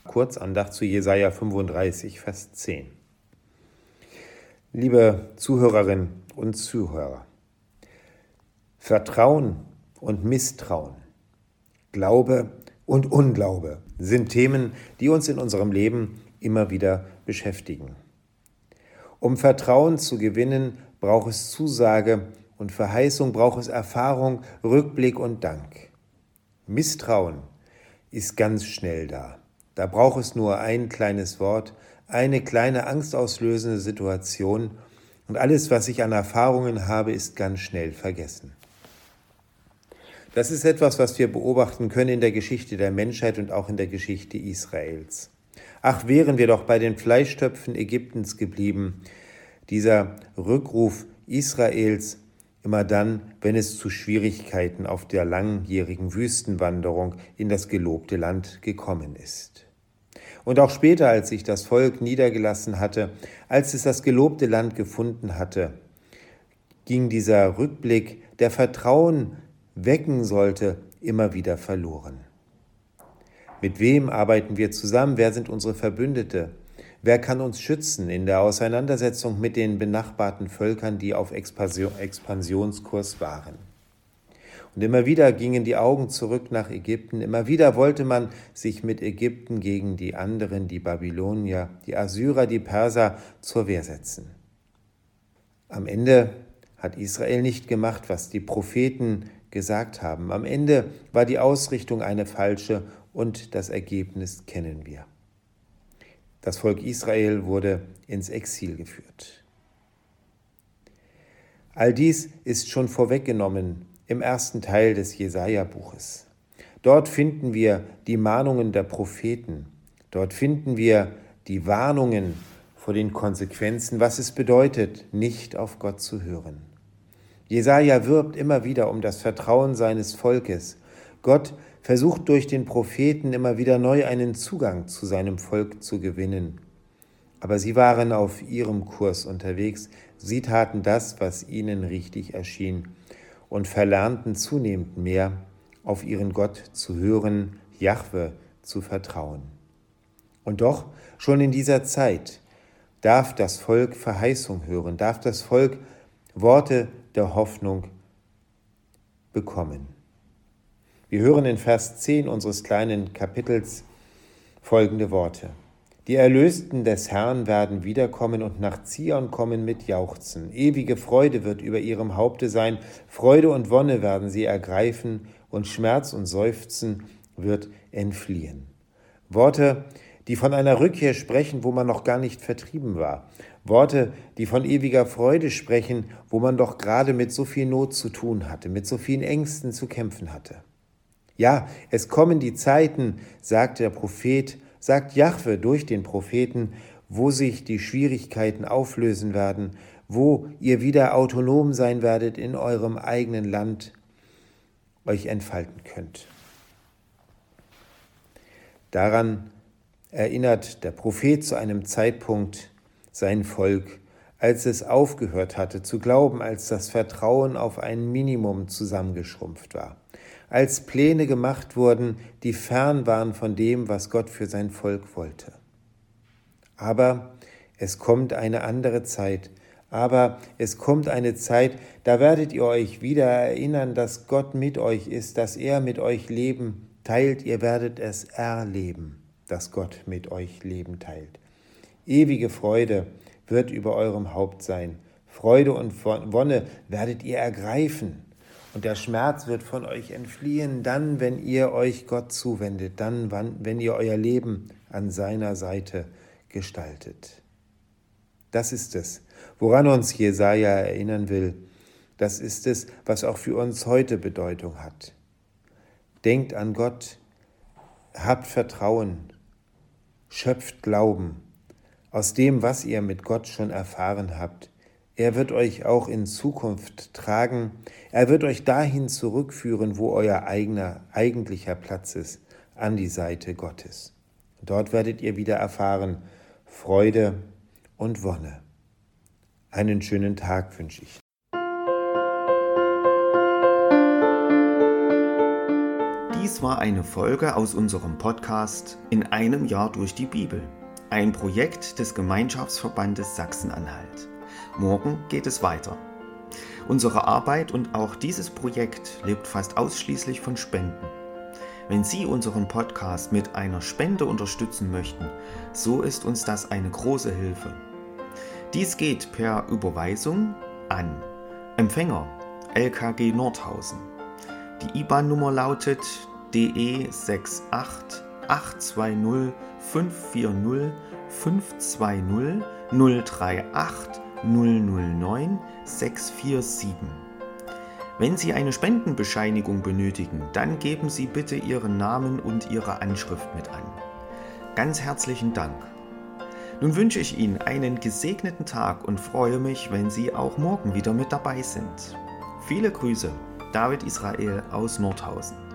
Kurzandacht zu Jesaja 35, Vers 10. Liebe Zuhörerinnen und Zuhörer, Vertrauen und Misstrauen, Glaube und Unglaube sind Themen, die uns in unserem Leben immer wieder beschäftigen. Um Vertrauen zu gewinnen, braucht es Zusage und Verheißung, braucht es Erfahrung, Rückblick und Dank. Misstrauen ist ganz schnell da. Da braucht es nur ein kleines Wort, eine kleine angstauslösende Situation und alles, was ich an Erfahrungen habe, ist ganz schnell vergessen. Das ist etwas, was wir beobachten können in der Geschichte der Menschheit und auch in der Geschichte Israels. Ach, wären wir doch bei den Fleischtöpfen Ägyptens geblieben, dieser Rückruf Israels immer dann, wenn es zu Schwierigkeiten auf der langjährigen Wüstenwanderung in das gelobte Land gekommen ist. Und auch später, als sich das Volk niedergelassen hatte, als es das gelobte Land gefunden hatte, ging dieser Rückblick, der Vertrauen wecken sollte, immer wieder verloren. Mit wem arbeiten wir zusammen? Wer sind unsere Verbündete? Wer kann uns schützen in der Auseinandersetzung mit den benachbarten Völkern, die auf Expansionskurs waren? Und immer wieder gingen die Augen zurück nach Ägypten. Immer wieder wollte man sich mit Ägypten gegen die anderen, die Babylonier, die Assyrer, die Perser zur Wehr setzen. Am Ende hat Israel nicht gemacht, was die Propheten gesagt haben. Am Ende war die Ausrichtung eine falsche und das Ergebnis kennen wir. Das Volk Israel wurde ins Exil geführt. All dies ist schon vorweggenommen im ersten Teil des Jesaja-Buches. Dort finden wir die Mahnungen der Propheten. Dort finden wir die Warnungen vor den Konsequenzen, was es bedeutet, nicht auf Gott zu hören. Jesaja wirbt immer wieder um das Vertrauen seines Volkes. Gott versucht durch den Propheten immer wieder neu einen Zugang zu seinem Volk zu gewinnen. Aber sie waren auf ihrem Kurs unterwegs. Sie taten das, was ihnen richtig erschien und verlernten zunehmend mehr, auf ihren Gott zu hören, Jahwe zu vertrauen. Und doch, schon in dieser Zeit darf das Volk Verheißung hören, darf das Volk Worte der Hoffnung bekommen. Wir hören in Vers 10 unseres kleinen Kapitels folgende Worte. Die Erlösten des Herrn werden wiederkommen und nach Zion kommen mit Jauchzen. Ewige Freude wird über ihrem Haupte sein, Freude und Wonne werden sie ergreifen und Schmerz und Seufzen wird entfliehen. Worte, die von einer Rückkehr sprechen, wo man noch gar nicht vertrieben war. Worte, die von ewiger Freude sprechen, wo man doch gerade mit so viel Not zu tun hatte, mit so vielen Ängsten zu kämpfen hatte. Ja, es kommen die Zeiten, sagt der Prophet, sagt Jahwe durch den Propheten, wo sich die Schwierigkeiten auflösen werden, wo ihr wieder autonom sein werdet in eurem eigenen Land, euch entfalten könnt. Daran erinnert der Prophet zu einem Zeitpunkt sein Volk, als es aufgehört hatte zu glauben, als das Vertrauen auf ein Minimum zusammengeschrumpft war, als Pläne gemacht wurden, die fern waren von dem, was Gott für sein Volk wollte. Aber es kommt eine andere Zeit, da werdet ihr euch wieder erinnern, dass Gott mit euch ist, dass er mit euch Leben teilt, ihr werdet es erleben, dass Gott mit euch Leben teilt. Ewige Freude wird über eurem Haupt sein. Freude und Wonne werdet ihr ergreifen. Und der Schmerz wird von euch entfliehen, dann, wenn ihr euch Gott zuwendet, dann, wenn ihr euer Leben an seiner Seite gestaltet. Das ist es, woran uns Jesaja erinnern will. Das ist es, was auch für uns heute Bedeutung hat. Denkt an Gott, habt Vertrauen, schöpft Glauben aus dem, was ihr mit Gott schon erfahren habt. Er wird euch auch in Zukunft tragen. Er wird euch dahin zurückführen, wo euer eigentlicher Platz ist, an die Seite Gottes. Dort werdet ihr wieder erfahren Freude und Wonne. Einen schönen Tag wünsche ich. Dies war eine Folge aus unserem Podcast In einem Jahr durch die Bibel, ein Projekt des Gemeinschaftsverbandes Sachsen-Anhalt. Morgen geht es weiter. Unsere Arbeit und auch dieses Projekt lebt fast ausschließlich von Spenden. Wenn Sie unseren Podcast mit einer Spende unterstützen möchten, so ist uns das eine große Hilfe. Dies geht per Überweisung an Empfänger LKG Nordhausen. Die IBAN-Nummer lautet DE 68 820 540 520 038 009 647. Wenn Sie eine Spendenbescheinigung benötigen, dann geben Sie bitte Ihren Namen und Ihre Anschrift mit an. Ganz herzlichen Dank. Nun wünsche ich Ihnen einen gesegneten Tag und freue mich, wenn Sie auch morgen wieder mit dabei sind. Viele Grüße, David Israel aus Nordhausen.